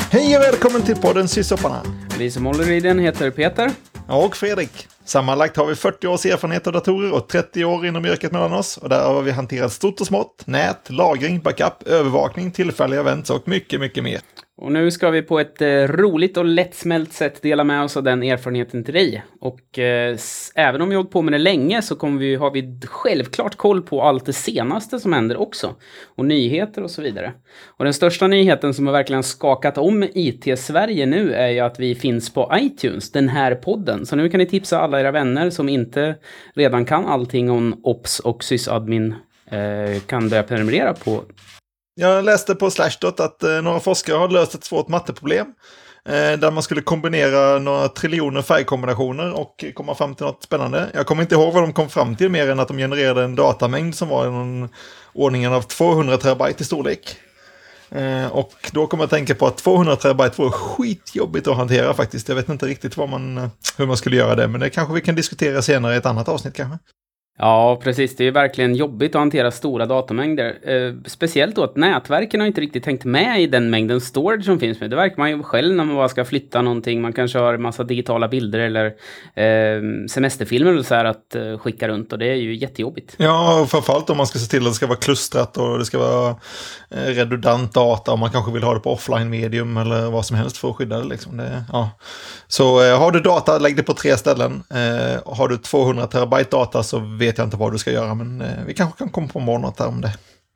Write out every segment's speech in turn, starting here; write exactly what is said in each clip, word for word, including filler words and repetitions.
Hej och välkommen till podden Sysopparna. Vi som håller i den heter Peter. Och Fredrik. Sammanlagt har vi fyrtio års erfarenhet av datorer och trettio år inom yrket mellan oss. Och där har vi hanterat stort och smått, nät, lagring, backup, övervakning, tillfälliga events och mycket, mycket mer. Och nu ska vi på ett eh, roligt och lättsmält sätt dela med oss av den erfarenheten till dig. Och eh, s- även om vi har hållit på med det länge så kommer vi, har vi självklart koll på allt det senaste som händer också. Och nyheter och så vidare. Och den största nyheten som har verkligen skakat om I T-Sverige nu är ju att vi finns på iTunes, den här podden. Så nu kan ni tipsa alla era vänner som inte redan kan allting om Ops och sysadmin eh, kan börja prenumerera på. Jag läste på Slashdot att eh, några forskare har löst ett svårt matteproblem. Eh, där man skulle kombinera några triljoner färgkombinationer och komma fram till något spännande. Jag kommer inte ihåg vad de kom fram till mer än att de genererade en datamängd som var i någon ordningen av tvåhundra terabyte i storlek. Eh, och då kommer jag att tänka på att tvåhundra terabyte var skitjobbigt att hantera faktiskt. Jag vet inte riktigt vad man, hur man skulle göra det, men det kanske vi kan diskutera senare i ett annat avsnitt kanske. Ja, precis. Det är verkligen jobbigt att hantera stora datamängder. Eh, speciellt då att nätverken har inte riktigt tänkt med i den mängden storage som finns med. Det verkar man ju själv när man bara ska flytta någonting. Man kanske har en massa digitala bilder eller eh, semesterfilmer eller så här att eh, skicka runt. Och det är ju jättejobbigt. Ja, och framförallt om man ska se till att det ska vara klustrat och det ska vara eh, redundant data och man kanske vill ha det på offline-medium eller vad som helst för att skydda det. Liksom. det ja. Så eh, har du data, lägg det på tre ställen. Eh, har du tvåhundra terabyte data så vet jag inte vad du ska göra, men eh, vi kanske kan komma på morgonet där om det.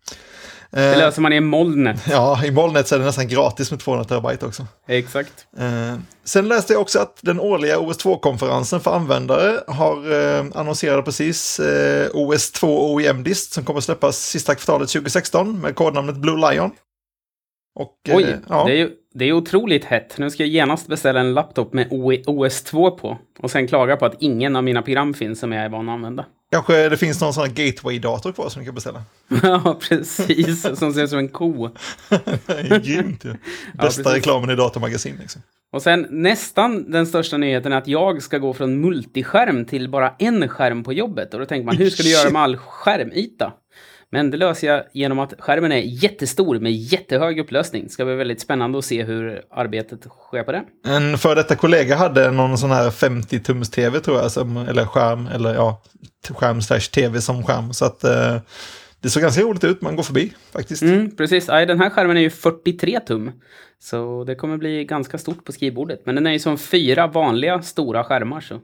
Eh, Det löser man i molnet. Ja, i molnet så är det nästan gratis med tvåhundra terabyte också. Exakt. Eh, sen läste jag också att den årliga O S två-konferensen för användare har eh, annonserat precis eh, O S två O E M-dist som kommer att släppas sista kvartalet tjugo sexton med kodnamnet Blue Lion. Och, Oj, eh, ja. det är ju det är otroligt hett. Nu ska jag genast beställa en laptop med O S två på. Och sen klaga på att ingen av mina program finns som jag är van att använda. Kanske det finns någon sån här gateway-dator kvar som du kan beställa. Ja, precis. Som ser ut som en ko. Det är grymt ju. Bästa ja, reklamen i datamagasin liksom. Och sen nästan den största nyheten är att jag ska gå från multiskärm till bara en skärm på jobbet. Och då tänker man, hur ska du göra med all skärmyta? Men det löser jag genom att skärmen är jättestor med jättehög upplösning. Det ska bli väldigt spännande att se hur arbetet sker på det. En för detta kollega hade någon sån här femtio-tums tv tror jag, som, eller skärm, eller ja, skärm slash tv som skärm. Så att eh, det såg ganska roligt ut, man går förbi faktiskt. Mm, precis, ja, den här skärmen är ju fyrtiotre tum. Så det kommer bli ganska stort på skrivbordet. Men den är ju som fyra vanliga stora skärmar så.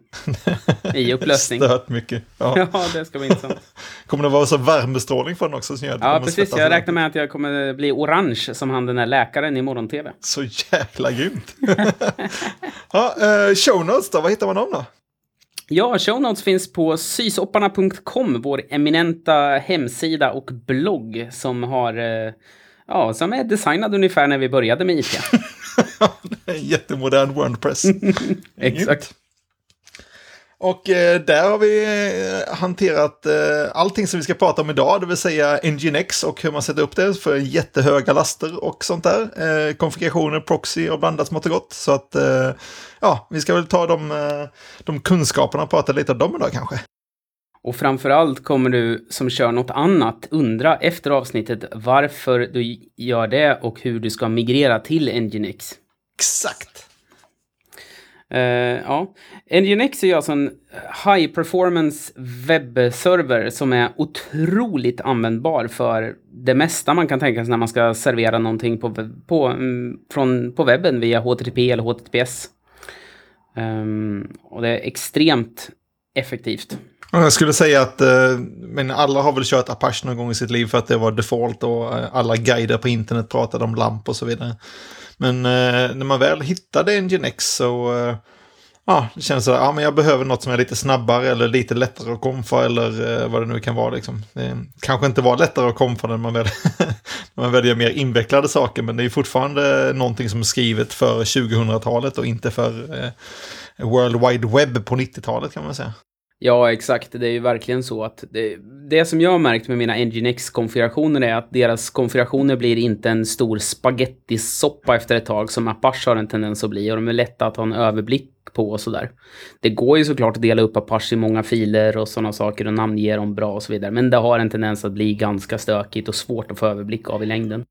I upplösning. Stört mycket. Ja. Ja, det ska bli intressant. Kommer det vara så värmebestrålning för den också? Som gör att Ja, precis. Jag räknar med att jag kommer bli orange som han den här läkaren i morgon-tv. Så jäkla grymt. Ja, eh, show notes då, vad hittar man dem då? Ja, show notes finns på sysopparna punkt com, vår eminenta hemsida och blogg som har eh, ja, som är designad ungefär när vi började med I T. Det är en jättemodern WordPress. Exakt. Och eh, där har vi eh, hanterat eh, allting som vi ska prata om idag, det vill säga Nginx och hur man sätter upp det för jättehöga laster och sånt där. Eh, konfigurationer, proxy och blandat smått och gott. Så att eh, ja, vi ska väl ta de, eh, de kunskaperna och prata lite om dem idag kanske. Och framförallt kommer du som kör något annat undra efter avsnittet varför du gör det och hur du ska migrera till Nginx. Exakt. Uh, ja, Nginx är ju alltså en high performance webbserver som är otroligt användbar för det mesta man kan tänka sig när man ska servera någonting på, på, mm, från, på webben via H T T P eller H T T P S. Um, och det är extremt effektivt. Jag skulle säga att eh, men alla har väl kört Apache någon gång i sitt liv för att det var default och eh, alla guider på internet pratade om LAMP och så vidare. Men eh, när man väl hittade Nginx så eh, ja, det känns så att ja, men jag behöver något som är lite snabbare eller lite lättare att komfa eller eh, vad det nu kan vara. Liksom. Det kanske inte var lättare att komfa när man, väl, när man väljer mer invecklade saker, men det är fortfarande någonting som är skrivet för tjugohundratalet och inte för eh, World Wide Web på nittiotalet kan man säga. Ja, exakt. Det är ju verkligen så att det, det som jag har märkt med mina Nginx-konfigurationer är att deras konfigurationer blir inte en stor spagettisoppa efter ett tag som Apache har en tendens att bli, och de är lätta att ha en överblick på och sådär. Det går ju såklart att dela upp Apache i många filer och sådana saker och namnge dem bra och så vidare, men det har en tendens att bli ganska stökigt och svårt att få överblick av i längden.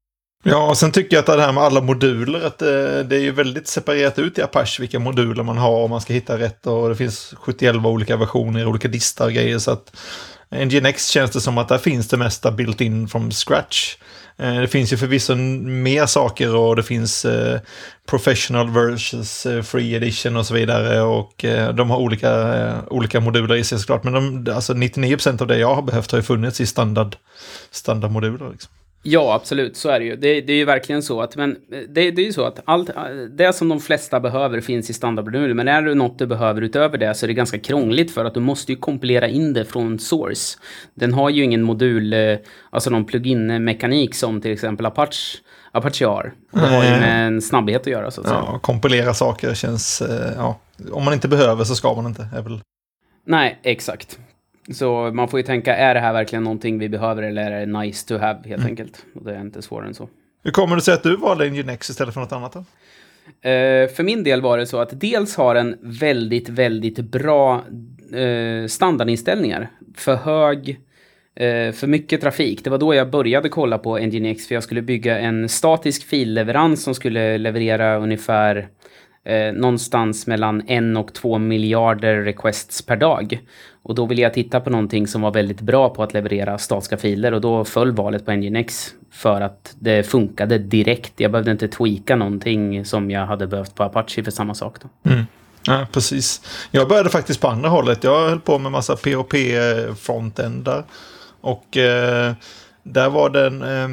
Ja, och sen tycker jag att det här med alla moduler, att det, det är ju väldigt separerat ut i Apache vilka moduler man har och man ska hitta rätt, och det finns sjuttioelva olika versioner, olika distar och grejer, så att Nginx känns det som att där finns det mesta built in from scratch. Det finns ju förvisso mer saker, och det finns eh, professional versions, eh, free edition och så vidare, och eh, de har olika, eh, olika moduler i sig såklart, men de, alltså nintionio procent av det jag har behövt har ju funnits i standard, standardmoduler liksom. Ja, absolut, så är det ju. Det, det är ju verkligen så att, men det, det är ju så att allt, det som de flesta behöver finns i standardmoduler, men är det något du behöver utöver det så är det ganska krångligt, för att du måste ju kompilera in det från source. Den har ju ingen modul, alltså någon plugin-mekanik som till exempel Apache, Apache har. Det har ju med en snabbhet att göra, så att säga. Ja, kompilera saker känns, ja, om man inte behöver så ska man inte, är väl. Nej, exakt. Så man får ju tänka, är det här verkligen någonting vi behöver, eller är det nice to have helt mm. enkelt? Och det är inte svårare än så. Hur kommer det sig att du valde Nginx istället för något annat då? Uh, för min del var det så att dels har den väldigt, väldigt bra uh, standardinställningar. För hög, uh, för mycket trafik. Det var då jag började kolla på Nginx, för jag skulle bygga en statisk filleverans som skulle leverera ungefär Eh, någonstans mellan en och två miljarder requests per dag. Och då ville jag titta på någonting som var väldigt bra på att leverera statiska filer, och då föll valet på Nginx för att det funkade direkt. Jag behövde inte tweaka någonting som jag hade behövt på Apache för samma sak då. Mm. Ja, precis. Jag började faktiskt på andra hållet. Jag höll på med massa P H P-frontendar, och eh, där var den eh,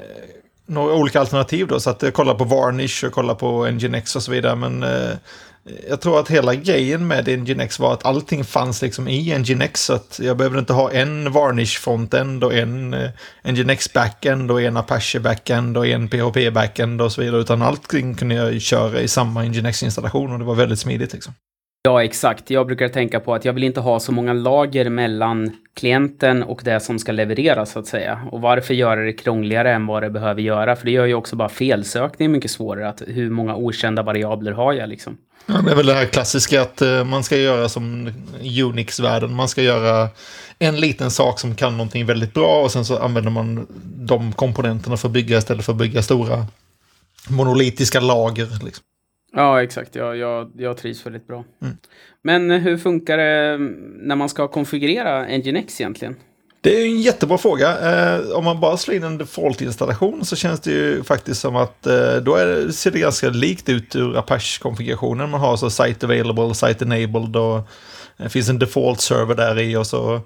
några olika alternativ då, så att jag kollar på Varnish och kollar på Nginx och så vidare, men eh, jag tror att hela grejen med Nginx var att allting fanns liksom i Nginx, så att jag behövde inte ha en Varnish frontend och en eh, Nginx backend och en Apache backend och en P H P backend och så vidare, utan allting kunde jag köra i samma Nginx-installation, och det var väldigt smidigt liksom. Ja, exakt. Jag brukar tänka på att jag vill inte ha så många lager mellan klienten och det som ska levereras, så att säga. Och varför göra det krångligare än vad det behöver göra? För det gör ju också bara felsökning mycket svårare. Att hur många okända variabler har jag liksom? Ja, det är väl det här klassiska att uh, man ska göra som Unix-världen. Man ska göra en liten sak som kan någonting väldigt bra, och sen så använder man de komponenterna för att bygga istället för att bygga stora monolitiska lager liksom. Ja, exakt. Jag, jag, jag trivs väldigt bra. Mm. Men hur funkar det när man ska konfigurera Nginx egentligen? Det är en jättebra fråga. Eh, om man bara slår in en default-installation så känns det ju faktiskt som att eh, då är det, ser det ganska likt ut ur Apache-konfigurationen. Man har så site available, site enabled, och det finns en default-server där i, och så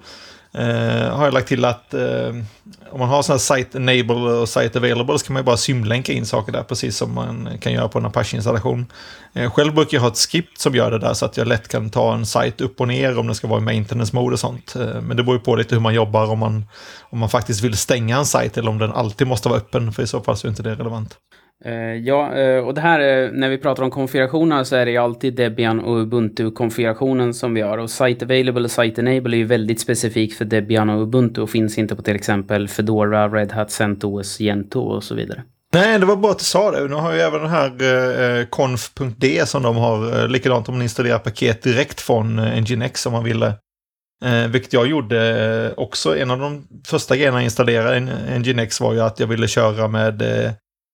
Uh, har jag lagt till att uh, om man har sån här site enable och site available så kan man ju bara symlänka in saker där, precis som man kan göra på en Apache-installation. Uh, själv brukar jag ha ett script som gör det där, så att jag lätt kan ta en site upp och ner om det ska vara i maintenance mode och sånt. Uh, men det beror ju på lite hur man jobbar, om man, om man faktiskt vill stänga en site eller om den alltid måste vara öppen, för i så fall så är inte det relevant. Uh, ja, uh, och det här, uh, när vi pratar om konfigurationer så är det ju alltid Debian och Ubuntu-konfigurationen som vi har. Och Site Available och Site Enable är ju väldigt specifikt för Debian och Ubuntu och finns inte på till exempel Fedora, Red Hat, CentOS, Gentoo och så vidare. Nej, det var bara att du sa det. Nu har ju även den här uh, conf punkt d som de har, uh, likadant om man installerar paket direkt från uh, Nginx om man ville. Uh, vilket jag gjorde uh, också. En av de första grejerna jag installerade i Nginx var ju att jag ville köra med uh,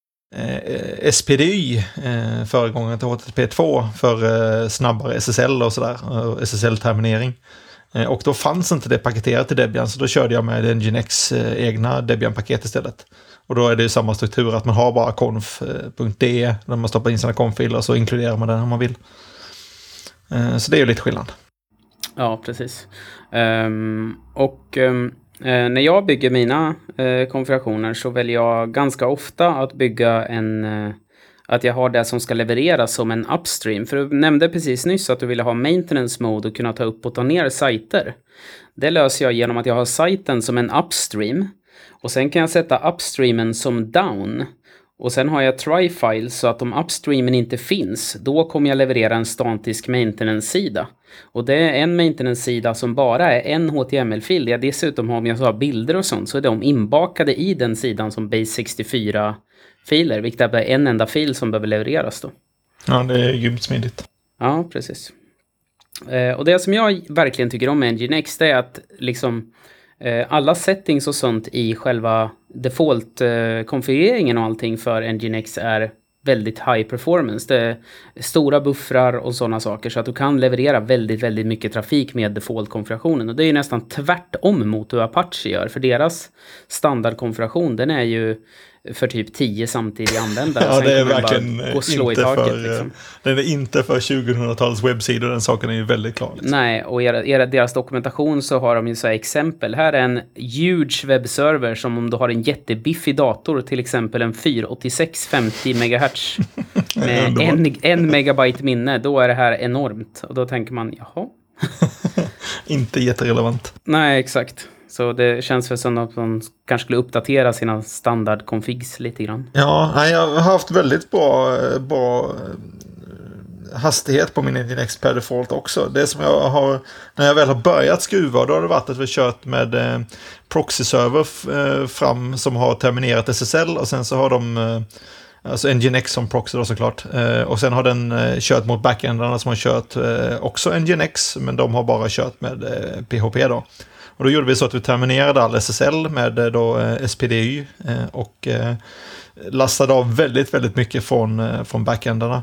Eh, S P D Y eh, föregångaren till H T T P två för eh, snabbare S S L och sådär, eh, S S L-terminering. Eh, och då fanns inte det paketerat till Debian, så då körde jag med Nginx eh, egna Debian-paket istället. Och då är det ju samma struktur, att man har bara conf punkt d när man stoppar in sina konfiler, och så inkluderar man den om man vill. Eh, så det är ju lite skillnad. Ja, precis. Um, och... Um... Eh, när jag bygger mina eh, konfigurationer så väljer jag ganska ofta att bygga en... Eh, att jag har det som ska levereras som en upstream. För du nämnde precis nyss att du ville ha maintenance mode och kunna ta upp och ta ner sajter. Det löser jag genom att jag har sajten som en upstream. Och sen kan jag sätta upstreamen som down. Och sen har jag try-file så att om upstreamen inte finns, då kommer jag leverera en statisk maintenance-sida. Och det är en maintenance-sida som bara är en H T M L-fil. Jag dessutom har, om jag så har bilder och sånt, så är de inbakade i den sidan som base sextiofyra-filer. Vilket är en enda fil som behöver levereras då. Ja, det är grymt smidigt. Ja, precis. Eh, och det som jag verkligen tycker om med Nginx, det är att liksom... eh, alla settings och sånt i själva default-konfigureringen eh, och allting för Nginx är väldigt high performance. Det är stora buffrar och sådana saker så att du kan leverera väldigt, väldigt mycket trafik med default-konfigurationen. Och det är ju nästan tvärtom mot hur Apache gör. För deras standardkonfiguration, den är ju för typ tio samtidiga användare. Ja, det är verkligen gå och slå inte i taket, för, liksom. Den är inte för tjugohundratalets webbsidor, den saken är ju väldigt klar. Liksom. Nej, och i era, deras dokumentation så har de ju så här exempel. Här är en huge webbserver som om du har en jättebiffig dator, till exempel en fyra åttiosex femtio megahertz med en, en megabyte minne, då är det här enormt. Och då tänker man, jaha. Inte jätterelevant. Nej, exakt. Så det känns väl som att de kanske skulle uppdatera sina standardkonfigs lite grann. Ja, jag har haft väldigt bra, bra hastighet på min Nginx per default också. Det som jag har, när jag väl har börjat skruva, då har det varit att vi kört med eh, proxy-server eh, fram som har terminerat S S L och sen så har de eh, alltså Nginx som proxy då såklart. Eh, och sen har den eh, kört mot backendarna som har kört eh, också Nginx, men de har bara kört med eh, P H P då. Och då gjorde vi så att vi terminerade all S S L med då eh, S P D Y eh, och eh, lastade av väldigt, väldigt mycket från, eh, från backendarna.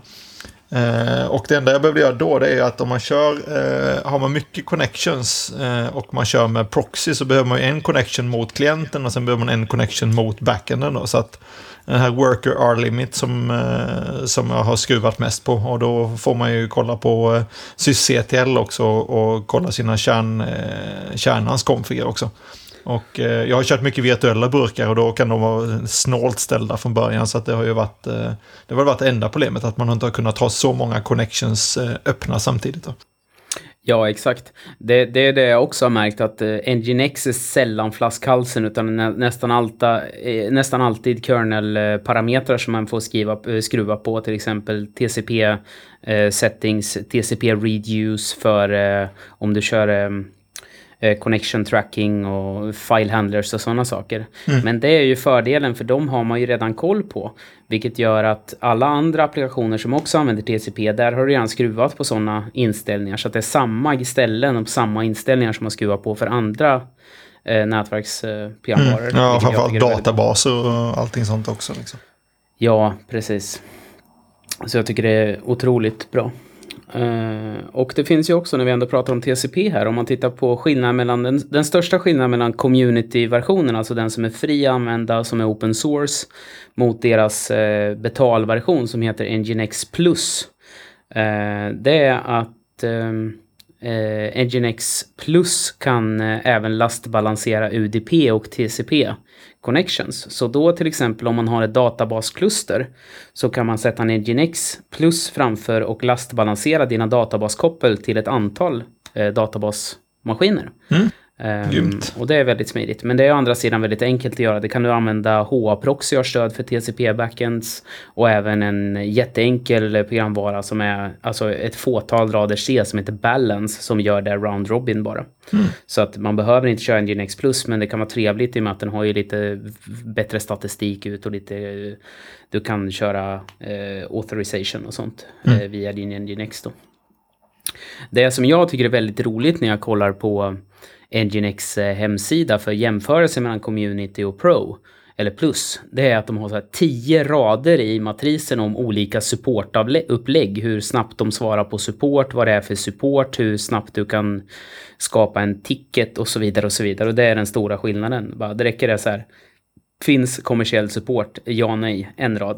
Eh, och det enda jag behövde göra då, det är att om man kör, eh, har man mycket connections eh, och man kör med proxy, så behöver man en connection mot klienten och sen behöver man en connection mot backenden då, så att den här worker R-limit som, eh, som jag har skruvat mest på, och då får man ju kolla på eh, sysctl också och kolla sina kärn, eh, kärnans konfiger också. Och eh, jag har kört mycket virtuella burkar och då kan de vara snålt ställda från början, så att det har ju varit eh, det har varit det enda problemet, att man inte har kunnat ha så många connections eh, öppna samtidigt då. Ja, exakt. Det, det är det jag också har märkt, att eh, Nginx är sällan flaskhalsen, utan nä, nästan, alta, eh, nästan alltid kernel-parametrar som man får skriva, eh, skruva på, till exempel T C P eh, settings, T C P reduce för eh, om du kör eh, connection tracking och file handlers och sådana saker. Mm. Men det är ju fördelen, för de har man ju redan koll på, vilket gör att alla andra applikationer som också använder T C P, där har du redan skruvat på sådana inställningar, så att det är samma ställen och samma inställningar som man skruvar på för andra eh, nätverksprogramvaror. Mm. Ja, framförallt databaser och allting sånt också. Liksom. Ja, precis. Så jag tycker det är otroligt bra. Uh, och det finns ju också, när vi ändå pratar om T C P här, om man tittar på skillnaden mellan den, den största skillnaden mellan community-versionen, alltså den som är fri att använda, som är open source, mot deras uh, betalversion som heter Nginx Plus. Uh, det är att um, uh, Nginx Plus kan uh, även lastbalansera U D P och T C P connections. Så då till exempel om man har ett databaskluster, så kan man sätta en Nginx Plus framför och lastbalansera dina databaskoppel till ett antal eh, databasmaskiner. Mm. Um, och det är väldigt smidigt. Men det är å andra sidan väldigt enkelt att göra. Det kan du använda H A-proxy, har stöd för T C P-backends, och även en jätteenkel programvara som är alltså ett fåtal rader C som heter Balance, som gör det round robin bara. Mm. Så att man behöver inte köra Nginx Plus, men det kan vara trevligt i och med att den har ju lite bättre statistik ut och lite, du kan köra eh, authorization och sånt mm. eh, via din Nginx då. Det som jag tycker är väldigt roligt när jag kollar på Nginx hemsida för jämförelse mellan community och pro eller plus, det är att de har så här tio rader i matrisen om olika supportupplägg, hur snabbt de svarar på support, vad det är för support, hur snabbt du kan skapa en ticket och så vidare och så vidare. Och det är den stora skillnaden. Bara, det räcker det så här, finns kommersiell support, ja nej, en rad.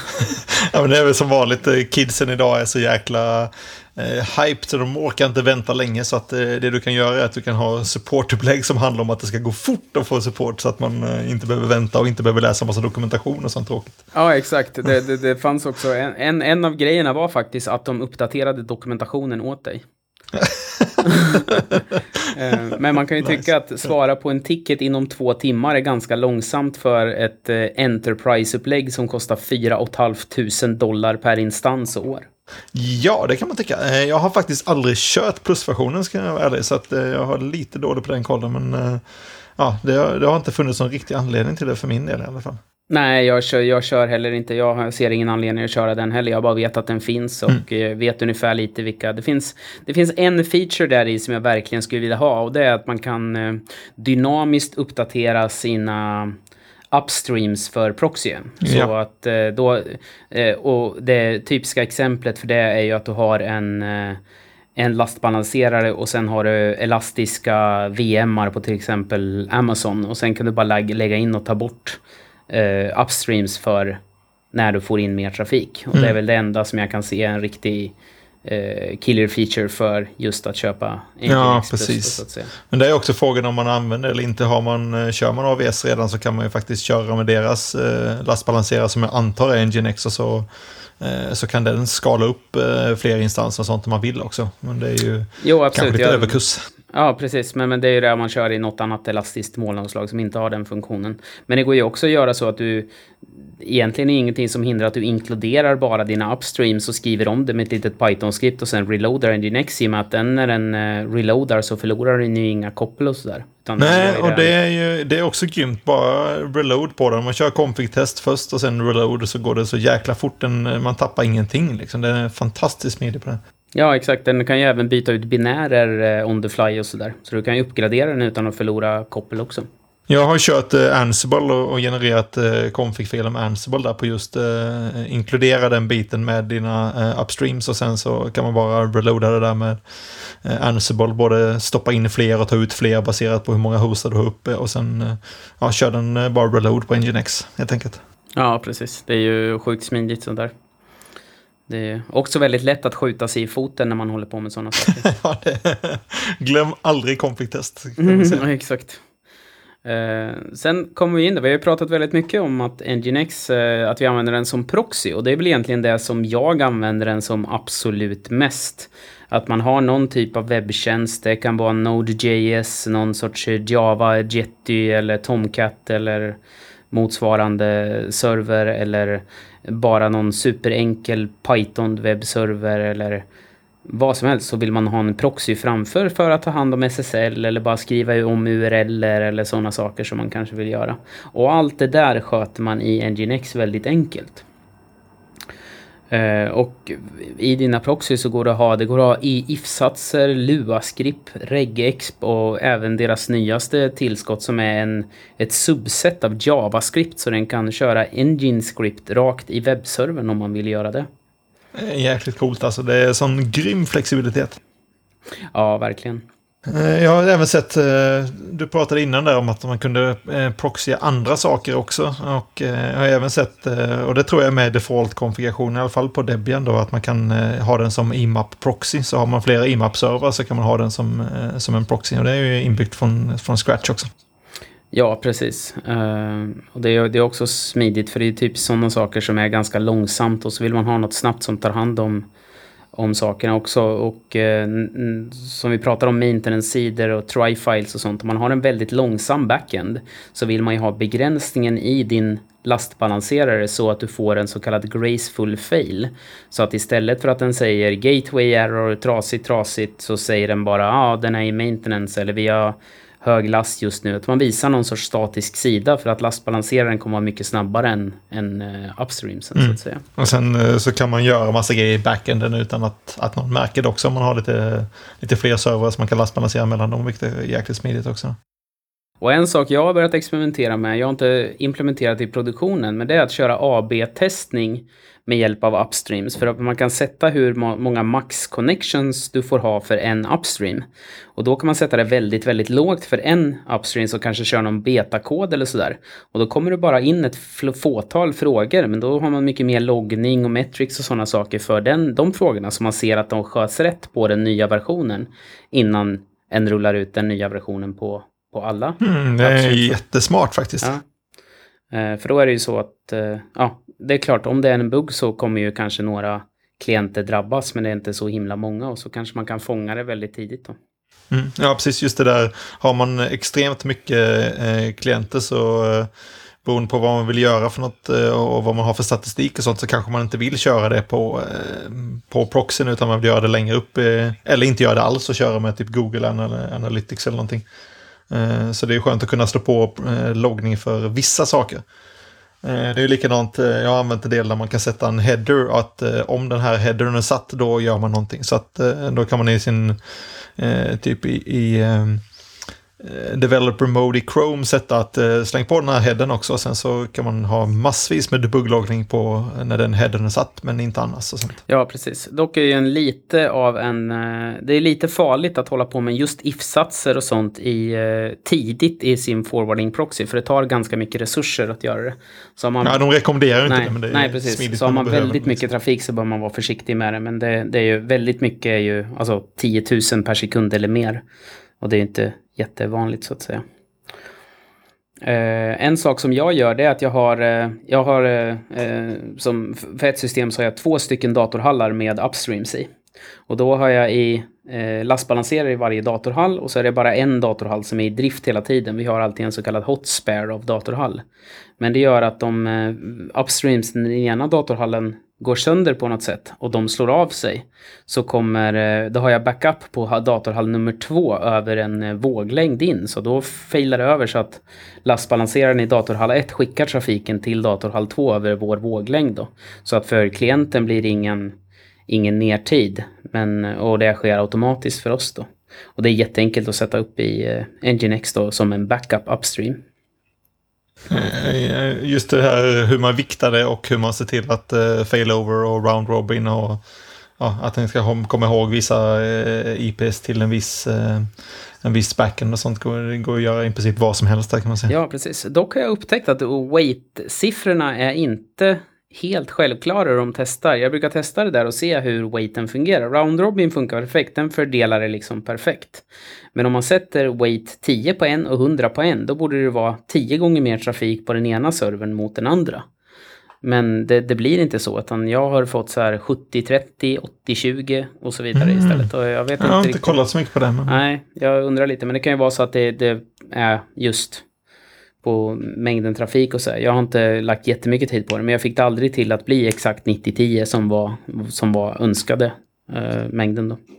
Ja, men det är väl som vanligt, kidsen idag är så jäkla eh, hype, så de orkar inte vänta länge, så att eh, det du kan göra är att du kan ha supportupplägg som handlar om att det ska gå fort att få support, så att man eh, inte behöver vänta och inte behöver läsa massa dokumentation och sånt tråkigt. Ja, exakt. Det, det, det fanns också, en, en, en av grejerna var faktiskt att de uppdaterade dokumentationen åt dig. Men man kan ju tycka att svara på en ticket inom två timmar är ganska långsamt för ett Enterprise-upplägg som kostar fyra och ett halvt tusen dollar per instans och år. Ja, det kan man tycka. Jag har faktiskt aldrig kört plusversionen, ska jag vara ärlig, så att jag har lite dåligt på den kollen, men ja, det har, det har inte funnits någon riktig anledning till det för min del i alla fall. Nej, jag kör, jag kör heller inte. Jag ser ingen anledning att köra den heller. Jag bara vet att den finns och mm. vet ungefär lite vilka. Det finns, det finns en feature där i som jag verkligen skulle vilja ha, och det är att man kan eh, dynamiskt uppdatera sina upstreams för proxyen. Ja. Så att eh, då, eh, och det typiska exemplet för det är ju att du har en eh, en lastbalanserare och sen har du elastiska V M-ar på till exempel Amazon, och sen kan du bara lägga, lägga in och ta bort Uh, upstreams för när du får in mer trafik. Och mm. det är väl det enda som jag kan se en riktig uh, killer feature för just att köpa Nginx. Ja, precis. Så att säga. Men det är också frågan om man använder eller inte. Har man, kör man A W S redan så kan man ju faktiskt köra med deras uh, lastbalanserare som jag antar är Nginx, och så uh, så kan den skala upp uh, fler instanser och sånt om man vill också. Men det är ju jo, kanske lite jag... överkurs. Ja, precis. Men, men det är ju det man kör i något annat elastiskt molnomslag som inte har den funktionen. Men det går ju också att göra så att du egentligen är ingenting som hindrar att du inkluderar bara dina upstreams och skriver om det med ett litet Python-skript och sen reloadar Nginx, i och med att den när den uh, reloadar så förlorar den ju inga koppel och sådär. Nej, och det är ju det är också grymt, bara reload på den. Man kör config-test först och sen reload, så går det så jäkla fort, den, man tappar ingenting liksom. Det är fantastiskt smidigt på den. Ja, exakt. Den kan ju även byta ut binärer eh, on the fly och sådär. Så du kan ju uppgradera den utan att förlora koppel också. Jag har kört eh, Ansible och, och genererat eh, config-fel med Ansible där på just eh, inkludera den biten med dina eh, upstreams, och sen så kan man bara reloada det där med eh, Ansible, både stoppa in fler och ta ut fler baserat på hur många hostar du har uppe, och sen eh, ja, kör den eh, bara reload på Nginx helt enkelt. Ja, precis. Det är ju sjukt smidigt sånt där. Det är också väldigt lätt att skjuta sig i foten när man håller på med sådana saker. Ja, det, glöm aldrig config-test. Mm, ja, exakt. Uh, sen kommer vi in där. Vi har ju pratat väldigt mycket om att Nginx, uh, att vi använder den som proxy. Och det är väl egentligen det som jag använder den som absolut mest. Att man har någon typ av webbtjänst. Det kan vara Node.js, någon sorts Java, Jetty eller Tomcat eller motsvarande server, eller bara någon superenkel Python webbserver eller vad som helst, så vill man ha en proxy framför för att ta hand om S S L eller bara skriva om U R L-er eller sådana saker som man kanske vill göra. Och allt det där sköter man i Nginx väldigt enkelt. Uh, och i dina proxy så går det att ha, det går att ha i if-satser, Lua-skript, regexp och även deras nyaste tillskott som är en, ett subset av JavaScript, så den kan köra Nginx-script rakt i webbservern om man vill göra det. Det är jäkligt coolt alltså, det är sån grym flexibilitet. Ja, verkligen. Jag har även sett, du pratade innan där om att man kunde proxya andra saker också, och jag har även sett, och det tror jag är med default-konfiguration i alla fall på Debian då, att man kan ha den som I M A P-proxy, så har man flera I M A P-server så kan man ha den som, som en proxy, och det är ju inbyggt från, från scratch också. Ja, precis. Uh, och det är, det är också smidigt, för det är typ sådana saker som är ganska långsamt, och så vill man ha något snabbt som tar hand om om sakerna också, och eh, n- som vi pratar om maintenance-sidor och try-files och sånt, om man har en väldigt långsam backend så vill man ju ha begränsningen i din lastbalanserare så att du får en så kallad graceful fail, så att istället för att den säger gateway error, trasigt, trasigt, så säger den bara ja, ah, den är i maintenance, eller vi har hög last just nu, att man visar någon sorts statisk sida för att lastbalanseraren kommer vara mycket snabbare än, än uh, upstreamsen, mm. så att säga. Och sen uh, så kan man göra massa grejer i backenden utan att, att någon märker det också, om man har lite, lite fler servrar som man kan lastbalansera mellan dem, vilket är jäkligt smidigt också. Och en sak jag har börjat experimentera med, jag har inte implementerat i produktionen, men det är att köra A B-testning med hjälp av upstreams, för att man kan sätta hur må- många max connections du får ha för en upstream. Och då kan man sätta det väldigt, väldigt lågt för en upstream som kanske kör någon betakod eller sådär. Och då kommer det bara in ett fl- fåtal frågor, men då har man mycket mer loggning och metrics och sådana saker för den, de frågorna, så man ser att de sköts rätt på den nya versionen innan en rullar ut den nya versionen på, på alla. Mm, det är jättesmart faktiskt. Ja. För då är det ju så att, ja, det är klart, om det är en bugg så kommer ju kanske några klienter drabbas, men det är inte så himla många, och så kanske man kan fånga det väldigt tidigt då. Mm, ja, precis, just det där. Har man extremt mycket eh, klienter så eh, beroende på vad man vill göra för något eh, och vad man har för statistik och sånt, så kanske man inte vill köra det på, eh, på proxyn, utan man vill göra det längre upp eh, eller inte göra det alls och köra med typ Google Analytics eller någonting. Så det är skönt att kunna slå på loggning för vissa saker. Det är ju likadant, jag har använt en del där man kan sätta en header, att om den här headern är satt, då gör man någonting. Så att då kan man i sin, typ i, i developer mode i Chrome sätta att släng på den här headern också, och sen så kan man ha massvis med debugglogning på när den headern är satt, men inte annars och sånt. Ja, precis. Dock är ju en lite av en, det är lite farligt att hålla på med just if-satser och sånt i, tidigt i sin forwarding proxy, för det tar ganska mycket resurser att göra det. Så man, ja, de rekommenderar inte nej, det, men det är nej, precis. Så har man väldigt behöver, mycket trafik så bör man vara försiktig med det, men det, det är ju väldigt mycket, är ju alltså tio tusen per sekund eller mer, och det är inte jättevanligt så att säga. Eh, en sak som jag gör, det är att jag har, eh, jag har eh, som för ett system så har jag två stycken datorhallar med upstreams i. Och då har jag i eh, lastbalanserare i varje datorhall, och så är det bara en datorhall som är i drift hela tiden. Vi har alltid en så kallad hot spare av datorhall. Men det gör att de eh, upstreams i den ena datorhallen går sönder på något sätt och de slår av sig, så kommer, då har jag backup på datorhall nummer två över en våglängd in, så då failar det över så att lastbalanseraren i datorhall ett skickar trafiken till datorhall två över vår våglängd då. Så att för klienten blir det ingen, ingen nertid, men, och det sker automatiskt för oss då. Och det är jätteenkelt att sätta upp i Nginx då som en backup upstream. Just det här hur man viktar det och hur man ser till att uh, failover och round robin och ja, att den ska komma ihåg vissa uh, I Ps till en viss, uh, en viss backend och sånt går, går att göra i princip vad som helst där, kan man säga. Ja, precis. Dock har jag upptäckt att weight-siffrorna är inte helt självklara de testar. Jag brukar testa det där och se hur weighten fungerar. Round robin funkar perfekt, den fördelar det liksom perfekt. Men om man sätter weight tio på en och hundra på en, då borde det vara tio gånger mer trafik på den ena servern mot den andra. Men det, det blir inte så, utan jag har fått så här sjuttio trettio, åttio tjugo och så vidare mm. istället. Och jag, vet inte jag har inte riktigt. kollat så mycket på det. Men... Nej, jag undrar lite. Men det kan ju vara så att det, det är just på mängden trafik och så här. Jag har inte lagt jättemycket tid på det, men jag fick det aldrig till att bli exakt nittio tio som var, som var önskade eh, mängden då.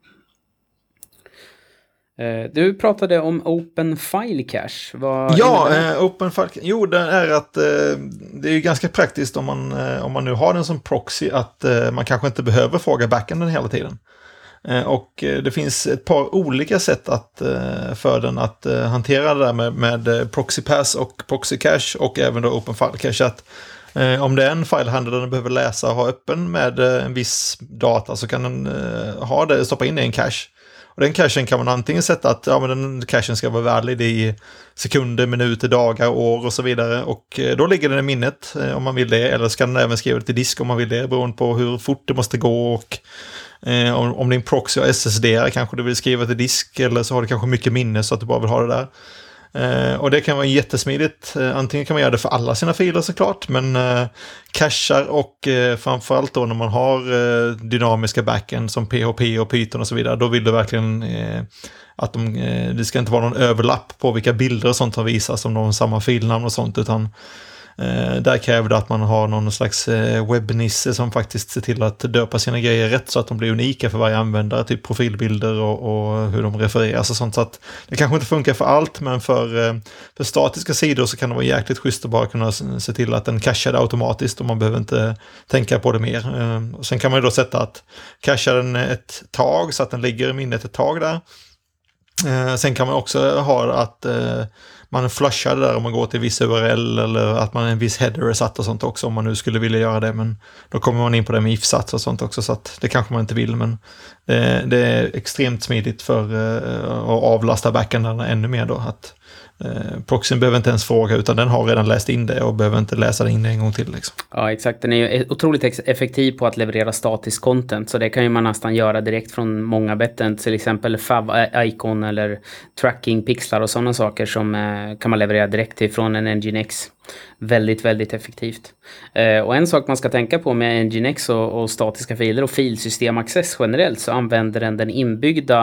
Eh, du pratade om Open File Cache. Vad ja, eh, Open File Cache. Jo, det är att eh, det är ju ganska praktiskt om man, eh, om man nu har den som proxy, att eh, man kanske inte behöver fråga backenden hela tiden. Och det finns ett par olika sätt att, för den att hantera det där med, med proxy pass och proxy cache och även då open file cache. Att, eh, om det är en filehandler den behöver läsa och ha öppen med en viss data, så kan den eh, ha det, stoppa in det i en cache. Och den cachen kan man antingen sätta att ja, men den cachen ska vara valid i sekunder, minuter, dagar, år och så vidare. Och eh, då ligger den i minnet eh, om man vill det. Eller så kan den även skriva det till disk om man vill det, beroende på hur fort det måste gå. Och eh, om, om din proxy har S S D kanske du vill skriva till disk, eller så har du kanske mycket minne så att du bara vill ha det där. Eh, och det kan vara jättesmidigt. Eh, antingen kan man göra det för alla sina filer såklart, men eh, cachar och eh, framförallt då när man har eh, dynamiska backend som P H P och Python och så vidare, då vill du verkligen eh, att de, eh, det ska inte vara någon överlapp på vilka bilder och sånt som visas som de samma filnamn och sånt, utan Eh, där kräver det att man har någon slags eh, webbnisse som faktiskt ser till att döpa sina grejer rätt så att de blir unika för varje användare, typ profilbilder och, och hur de refereras och sånt. Så att det kanske inte funkar för allt, men för, eh, för statiska sidor så kan det vara jäkligt schysst att bara kunna se till att den cachar det automatiskt och man behöver inte tänka på det mer. Eh, och sen kan man ju då sätta att cachar den ett tag så att den ligger i minnet ett tag där. Eh, sen kan man också ha att eh, man flushar det där om man går till viss U R L, eller att man en viss header är satt och sånt också om man nu skulle vilja göra det, men då kommer man in på det med if-sats och sånt också, så att det kanske man inte vill, men det, det är extremt smidigt för uh, att avlasta backendarna ännu mer då, att uh, proxyn behöver inte ens fråga, utan den har redan läst in det och behöver inte läsa det in det en gång till liksom. Ja, exakt. Den är ju otroligt effektiv på att leverera statisk content, så det kan ju man nästan göra direkt från många backends, till exempel fav-icon eller tracking-pixlar och sådana saker som eh, kan man leverera direkt ifrån en Nginx. Väldigt, väldigt effektivt. Eh, och en sak man ska tänka på med Nginx och, och statiska filer och filsystemaccess generellt, så använder den den inbyggda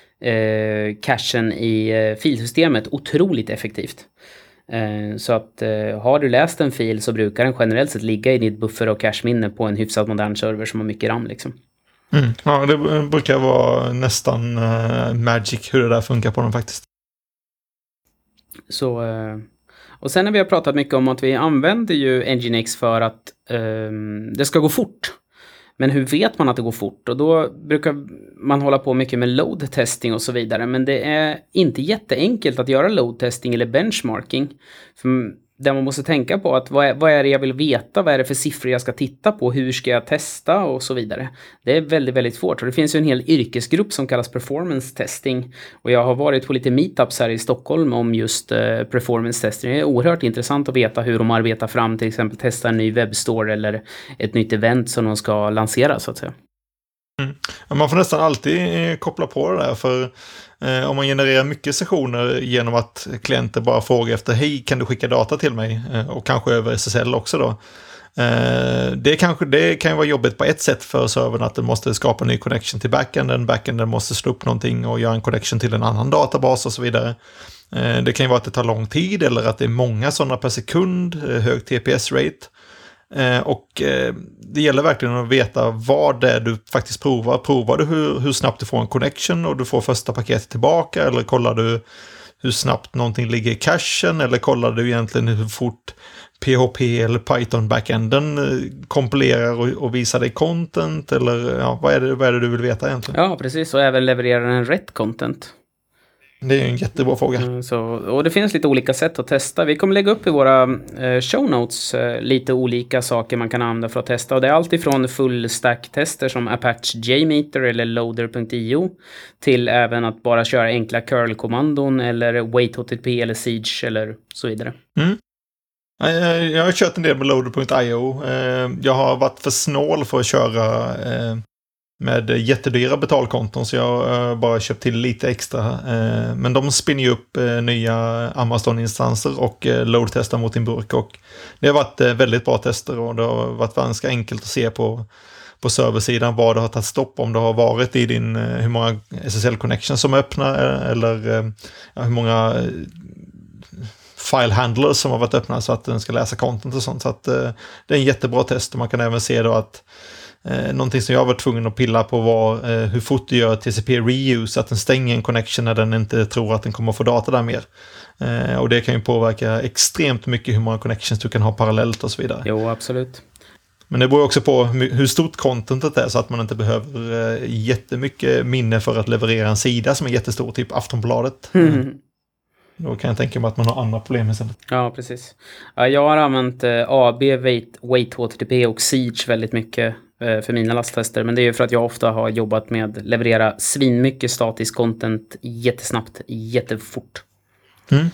eh, cachen i eh, filsystemet otroligt effektivt. Eh, så att eh, har du läst en fil så brukar den generellt sett ligga i ditt buffer- och cache-minne på en hyfsat modern server som har mycket RAM liksom. Mm. Ja, det brukar vara nästan uh, magic hur det där funkar på den faktiskt. Så... Uh, Och sen när vi har pratat mycket om att vi använder ju Nginx för att um, det ska gå fort. Men hur vet man att det går fort? Och då brukar man hålla på mycket med load testing och så vidare. Men det är inte jätteenkelt att göra load testing eller benchmarking. För där man måste tänka på att vad är, vad är det jag vill veta? Vad är det för siffror jag ska titta på? Hur ska jag testa? Och så vidare. Det är väldigt, väldigt svårt. Och det finns ju en hel yrkesgrupp som kallas performance testing. Och jag har varit på lite meetups här i Stockholm om just uh, performance testing. Det är oerhört intressant att veta hur de arbetar fram. Till exempel testa en ny webbstore eller ett nytt event som de ska lansera så att säga. Mm. Ja, man får nästan alltid eh, koppla på det där, för eh, om man genererar mycket sessioner genom att klienter bara frågar efter hej, kan du skicka data till mig? Eh, och kanske över S S L också då. Eh, det, kanske, det kan ju vara jobbigt på ett sätt för servern att den måste skapa en ny connection till backenden. Backenden måste slå upp någonting och göra en connection till en annan databas och så vidare. Eh, det kan ju vara att det tar lång tid eller att det är många sådana per sekund, eh, hög T P S-rate. Eh, och eh, det gäller verkligen att veta vad det är du faktiskt provar. Provar du hur, hur snabbt du får en connection och du får första paketet tillbaka, eller kollar du hur snabbt någonting ligger i cachen, eller kollar du egentligen hur fort P H P eller Python backenden kompilerar och, och visar dig content, eller ja, vad är det, vad är det du vill veta egentligen? Ja, precis, och även levererar den rätt content. Det är en jättebra fråga. Mm, så, och det finns lite olika sätt att testa. Vi kommer lägga upp i våra eh, show notes eh, lite olika saker man kan använda för att testa. Och det är allt ifrån full stack-tester som Apache JMeter eller loader punkt io till även att bara köra enkla curl-kommandon eller wait H T T P eller siege eller så vidare. Mm. Jag har kört en del med loader punkt io. Jag har varit för snål för att köra med jättedyra betalkonton, så jag har bara köpt till lite extra. Men de spinner ju upp nya Amazon-instanser och load-testar mot din burk. Och det har varit väldigt bra tester och det har varit ganska enkelt att se på, på serversidan vad det har tagit stopp, om det har varit i din, hur många S S L-connections som är öppna eller ja, hur många file handlers som har varit öppna så att den ska läsa content och sånt. Så att det är en jättebra test, och man kan även se då att Eh, någonting som jag var tvungen att pilla på var eh, hur fort du gör T C P reuse, att den stänger en connection när den inte tror att den kommer att få data där mer. Eh, och det kan ju påverka extremt mycket hur många connections du kan ha parallellt och så vidare. Jo, absolut. Men det beror också på hur stort contentet är, så att man inte behöver eh, jättemycket minne för att leverera en sida som är jättestor, typ Aftonbladet. Mm. Då kan jag tänka mig att man har andra problem istället. Ja, precis. Ja, jag har använt eh, A B, wait, wait H T T P och siege väldigt mycket eh, för mina lasttester. Men det är ju för att jag ofta har jobbat med leverera svinmycket statisk content jättesnabbt, jättefort. Mm.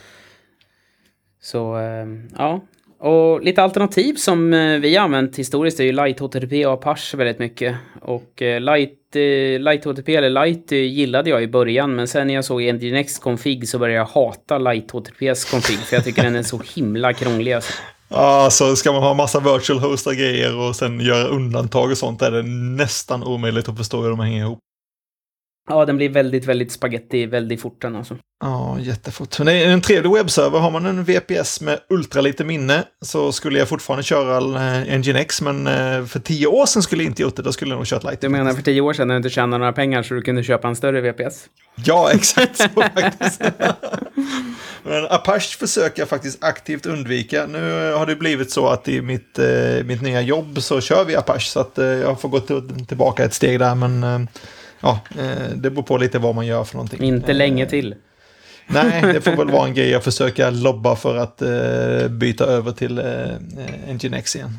Så, eh, ja. Och lite alternativ som eh, vi har använt historiskt är ju Light H T T P och Apache väldigt mycket. Och eh, Light, eh, Light H T T P eller Light eh, gillade jag i början, men sen när jag såg Nginx config så började jag hata Light H T T P:s config, för jag tycker den är så himla krånglig. Alltså. Ja, så ska man ha massa virtual host grejer och sen göra undantag och sånt, är det nästan omöjligt att förstå hur de hänger ihop. Ja, den blir väldigt, väldigt spaghetti väldigt fort den alltså. Ja, jättefort. Men det är en trevlig webbserver. Har man en V P S med ultra lite minne så skulle jag fortfarande köra Nginx, men för tio år sedan skulle jag inte gjort det. Då skulle jag nog kört Light. Du menar för tio år sedan när du inte tjänade några pengar så du kunde köpa en större V P S? Ja, exakt så faktiskt. Men Apache försöker jag faktiskt aktivt undvika. Nu har det blivit så att i mitt, eh, mitt nya jobb så kör vi Apache, så att eh, jag får gå till, tillbaka ett steg där, men eh, ja, det beror på lite vad man gör för någonting. Inte länge till. Nej, det får väl vara en grej jag försöker lobba för att uh, byta över till uh, Nginx igen.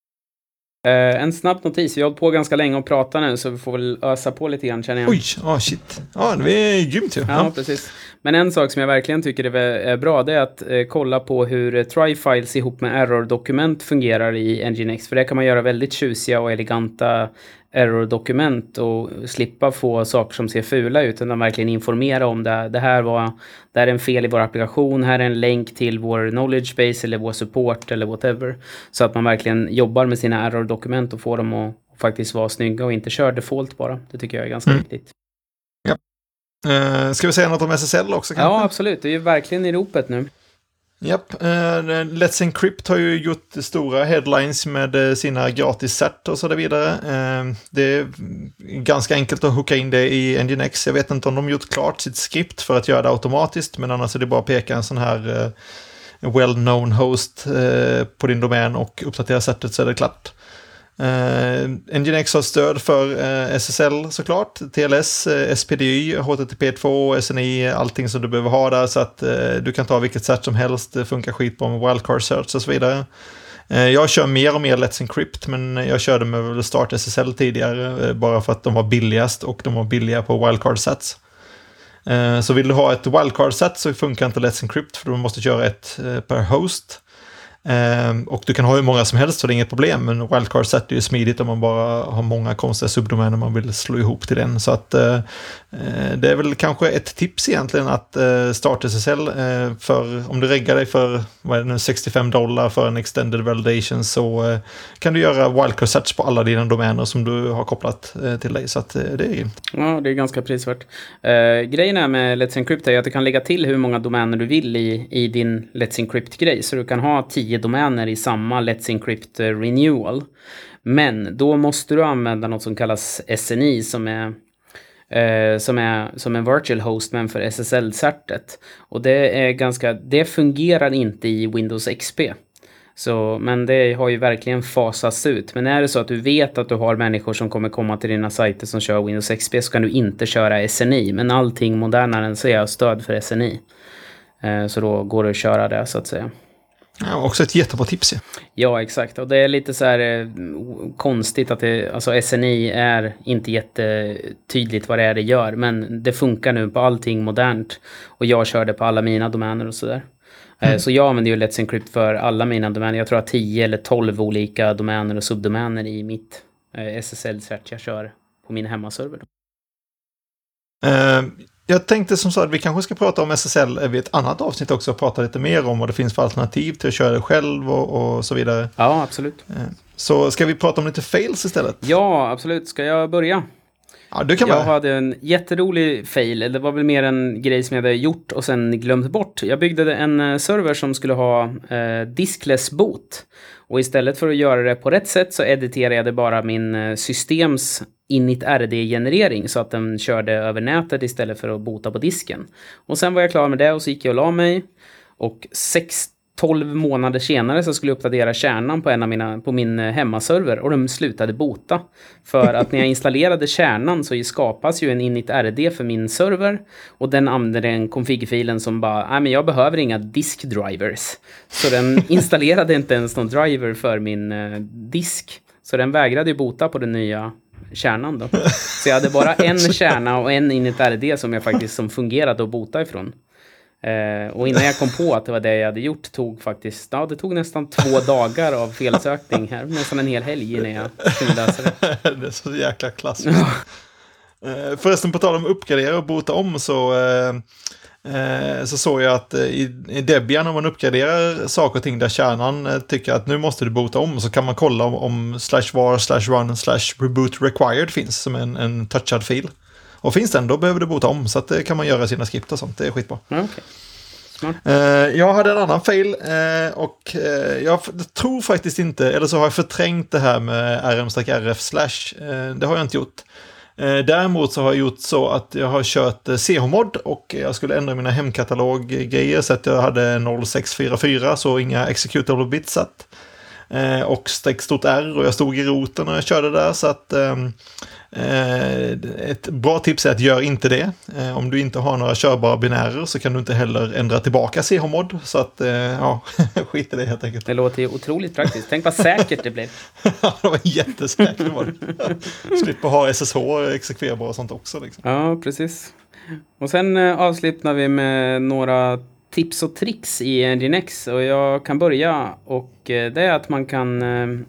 Uh, en snabb notis. Vi har hållit på ganska länge och pratat nu, så vi får väl ösa på lite grann, känner jag. Oj, oh, shit. Ja, det är grymt ju. Ja, ja, precis. Men en sak som jag verkligen tycker är bra, det är att uh, kolla på hur uh, try-files ihop med error-dokument fungerar i Nginx. För det kan man göra väldigt tjusiga och eleganta error-dokument och slippa få saker som ser fula ut, utan verkligen informera om det. Det här var, det här är en fel i vår applikation, här är en länk till vår knowledge base eller vår support eller whatever. Så att man verkligen jobbar med sina error-dokument och får dem att faktiskt vara snygga och inte kör default bara. Det tycker jag är ganska mm. viktigt. Ja. Uh, ska vi säga något om S S L också kanske? Ja, absolut. Det är ju verkligen i ropet nu. Japp, uh, Let's Encrypt har ju gjort stora headlines med sina gratis cert och så där vidare. Uh, det är ganska enkelt att hooka in det i Nginx. Jag vet inte om de gjort klart sitt skript för att göra det automatiskt, men annars är det bara att peka en sån här uh, well-known host eh, på din domän och uppdatera sättet så är det klart. Uh, Nginx har stöd för uh, S S L såklart, T L S, uh, S P D Y, H T T P två, S N I, allting som du behöver ha där så att uh, du kan ta vilket sätt som helst, det funkar skitbra med wildcard search och så vidare. Uh, jag kör mer och mer Let's Encrypt, men jag körde med Start S S L tidigare uh, bara för att de var billigast och de var billiga på wildcard sets. Uh, så vill du ha ett wildcard set så funkar inte Let's Encrypt för du måste köra ett uh, per host. Um, och du kan ha hur många som helst så det är inget problem, men wildcard set är ju smidigt om man bara har många konstiga subdomäner man vill slå ihop till den, så att uh, uh, det är väl kanske ett tips egentligen att uh, starta S S L uh, för om du reggar dig för vad är det nu, sextiofem dollar för en extended validation så uh, kan du göra wildcard sets på alla dina domäner som du har kopplat uh, till dig, så att uh, det är grymt. Ja, det är ganska prisvärt. Uh, grejen är med Let's Encrypt är att du kan lägga till hur många domäner du vill i, i din Let's Encrypt-grej, så du kan ha tio domäner i samma Let's Encrypt renewal. Men då måste du använda något som kallas S N I som är, eh, som är som en virtual host men för S S L-certet. Och det är ganska, det fungerar inte i Windows X P. Så, men det har ju verkligen fasats ut. Men är det så att du vet att du har människor som kommer komma till dina sajter som kör Windows X P så kan du inte köra S N I. Men allting modernare än så är stöd för S N I. Eh, så då går det att köra det så att säga. Ja, också ett jättebra tips. Ja, ja exakt. Och det är lite så här eh, konstigt att det, alltså S N I är inte jättetydligt vad det är det gör. Men det funkar nu på allting modernt. Och jag kör det på alla mina domäner och sådär. Mm. Eh, så jag använder ju Let's Encrypt för alla mina domäner. Jag tror att tio eller tolv olika domäner och subdomäner i mitt eh, S S L-cert jag kör på min hemmaserver. Uh, jag tänkte som sagt att vi kanske ska prata om S S L vid ett annat avsnitt också och prata lite mer om vad det finns för alternativ till att köra det själv och, och så vidare. Ja, absolut. Uh, så ska vi prata om lite fails istället? Ja, absolut. Ska jag börja? Ja, du kan jag börja. hade en jätterolig fail. Det var väl mer en grej som jag hade gjort och sen glömt bort. Jag byggde en server som skulle ha eh, diskless boot. Och istället för att göra det på rätt sätt så editerade jag bara min systems init R D-generering så att den körde över nätet istället för att bota på disken. Och sen var jag klar med det och så gick jag och la mig. Och sex tolv månader senare så skulle jag uppdatera kärnan på, en av mina, på min hemmaserver och de slutade bota. För att när jag installerade kärnan så skapas ju en init R D för min server och den använder en config-filen som bara, nej men jag behöver inga disk drivers. Så den installerade inte ens någon driver för min eh, disk. Så den vägrade ju bota på den nya kärnan då. Så jag hade bara en kärna och en init R D som jag faktiskt som fungerade att bota ifrån. Eh, och innan jag kom på att det var det jag hade gjort tog faktiskt, ja det tog nästan två dagar av felsökning här, nästan en hel helg innan jag kunde lösa det. Det är så jäkla klassiskt. eh, förresten på tal om uppgradera och bota om så eh, eh, så såg jag att eh, i, i Debian om man uppgraderar saker och ting där kärnan eh, tycker att nu måste du bota om så kan man kolla om, om slash var slash run slash reboot required finns som en, en touchad fil. Och finns den, då behöver du bota om. Så att det kan man göra sina skript och sånt. Det är skitbra. Okay. Smart. Uh, jag hade en annan fail. Uh, och uh, jag tror faktiskt inte, eller så har jag förträngt det här med rm-rf slash. Uh, det har jag inte gjort. Uh, däremot så har jag gjort så att jag har kört uh, chmod och jag skulle ändra mina hemkataloggrejer så att jag hade noll sex fyra fyra så inga executable bits satt. Uh, och streck stort R och jag stod i roten när jag körde där så att um, ett bra tips är att gör inte det. Om du inte har några körbara binärer så kan du inte heller ändra tillbaka chmod. Så att, ja, skit i det helt enkelt. Det låter ju otroligt praktiskt. Tänk vad säkert det blir. Ja, det var jättesäkert. Slipper ha S S H exekverbar och sånt också. Liksom. Ja, precis. Och sen avslutar vi med några tips och tricks i Nginx. Och jag kan börja. Och det är att man kan...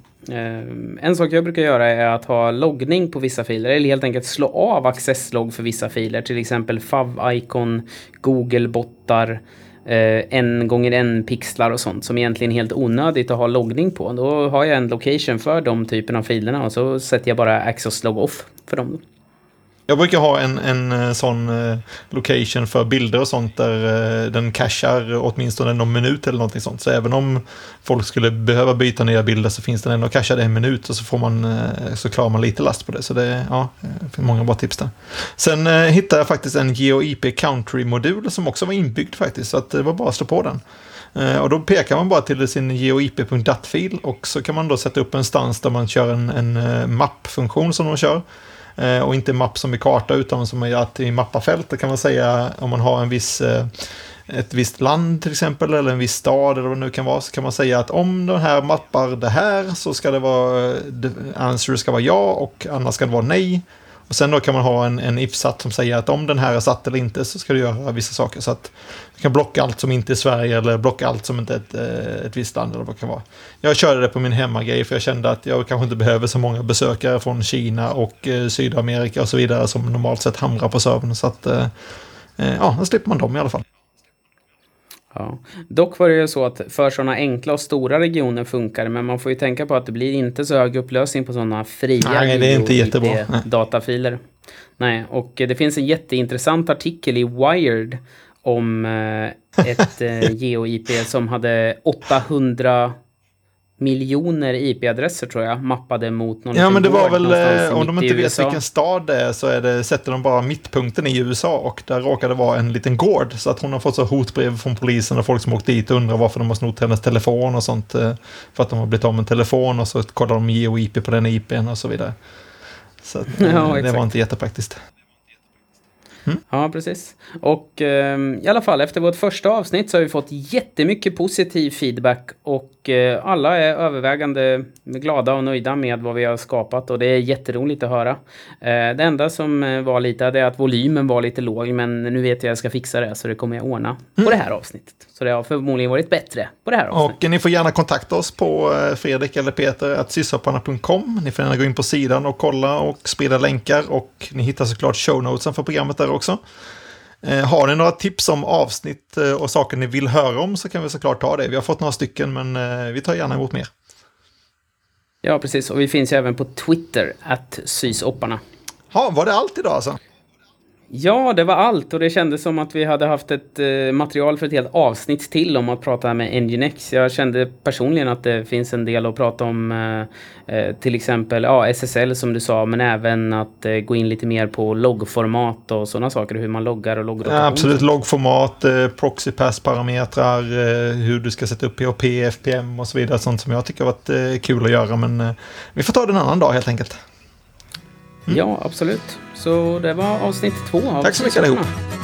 en sak jag brukar göra är att ha loggning på vissa filer eller helt enkelt slå av accesslogg för vissa filer, till exempel fav-icon, Google-bottar, en gånger en pixlar och sånt som egentligen är helt onödigt att ha loggning på. Då har jag en location för de typerna av filerna och så sätter jag bara access log off för dem. Jag brukar ha en, en sån location för bilder och sånt där den cachar åtminstone någon minut eller någonting sånt. Så även om folk skulle behöva byta nya bilder så finns den ändå cachad en minut och så får man så klarar man lite last på det. Så det, ja, det finns många bra tips där. Sen eh, hittade jag faktiskt en GeoIP Country-modul som också var inbyggd faktiskt. Så att det var bara att slå på den. Eh, och då pekar man bara till sin geoip.dat-fil och så kan man då sätta upp en stans där man kör en, en uh, mappfunktion som de kör. Eh, och inte mapp som i karta utan som är att i mappafält. Då kan man säga om man har en viss... Uh, ett visst land till exempel eller en viss stad eller vad det nu kan vara, så kan man säga att om den här mappar det här så ska det vara the answer ska vara ja och annars ska det vara nej. Och sen då kan man ha en, en if-satt som säger att om den här är satt eller inte så ska du göra vissa saker, så att du kan blocka allt som inte är Sverige eller blocka allt som inte är ett, ett visst land eller vad det kan vara. Jag körde det på min hemmagrej för jag kände att jag kanske inte behöver så många besökare från Kina och eh, Sydamerika och så vidare som normalt sett hamrar på servern, så att eh, ja, då slipper man dem i alla fall. Ja. Dock var det ju så att för sådana enkla och stora regioner funkar, men man får ju tänka på att det blir inte så hög upplösning på sådana fria Nej, det är inte jättebra. datafiler. Nej, och det finns en jätteintressant artikel i Wired om eh, ett eh, GeoIP som hade åttahundra miljoner I P-adresser tror jag mappade mot någon. Ja, men det var väl, om de inte vet vilken stad det är så är det, sätter de bara mittpunkten i U S A och där råkade det vara en liten gård, så att hon har fått så hotbrev från polisen och folk som åkt dit och undrar varför de har snott hennes telefon och sånt, för att de har blivit av med en telefon och så kollar de GeoIP på den I P:n och så vidare. Så att, ja, det var inte jättepraktiskt. Mm. Ja, precis. Och eh, i alla fall, efter vårt första avsnitt så har vi fått jättemycket positiv feedback och eh, alla är övervägande glada och nöjda med vad vi har skapat och det är jätteroligt att höra. Eh, det enda som var lite är att volymen var lite låg, men nu vet jag att jag ska fixa det så det kommer jag ordna mm. på det här avsnittet. Så det har förmodligen varit bättre på det här avsnittet. Och ni får gärna kontakta oss på Fredrik eller Peter at sysshopparna punkt com. Ni får gärna gå in på sidan och kolla och sprida länkar och ni hittar såklart show notesen för programmet där också. Eh, har ni några tips om avsnitt eh, och saker ni vill höra om så kan vi såklart ta det. Vi har fått några stycken men eh, vi tar gärna emot mer. Ja, precis. Och vi finns ju även på Twitter at sysopparna. Ja, var det allt idag alltså? Ja, det var allt och det kändes som att vi hade haft ett eh, material för ett helt avsnitt till om att prata med Nginx. Jag kände personligen att det finns en del att prata om eh, till exempel ja, S S L som du sa, men även att eh, gå in lite mer på loggformat och sådana saker, hur man loggar och loggrotation. Ja, absolut, loggformat, eh, proxypass-parametrar, eh, hur du ska sätta upp P H P, F P M och så vidare, sånt som jag tycker har varit eh, kul att göra, men eh, vi får ta det en annan dag helt enkelt. Mm. Ja, absolut. Så det var avsnitt två av Tack så mycket allihop.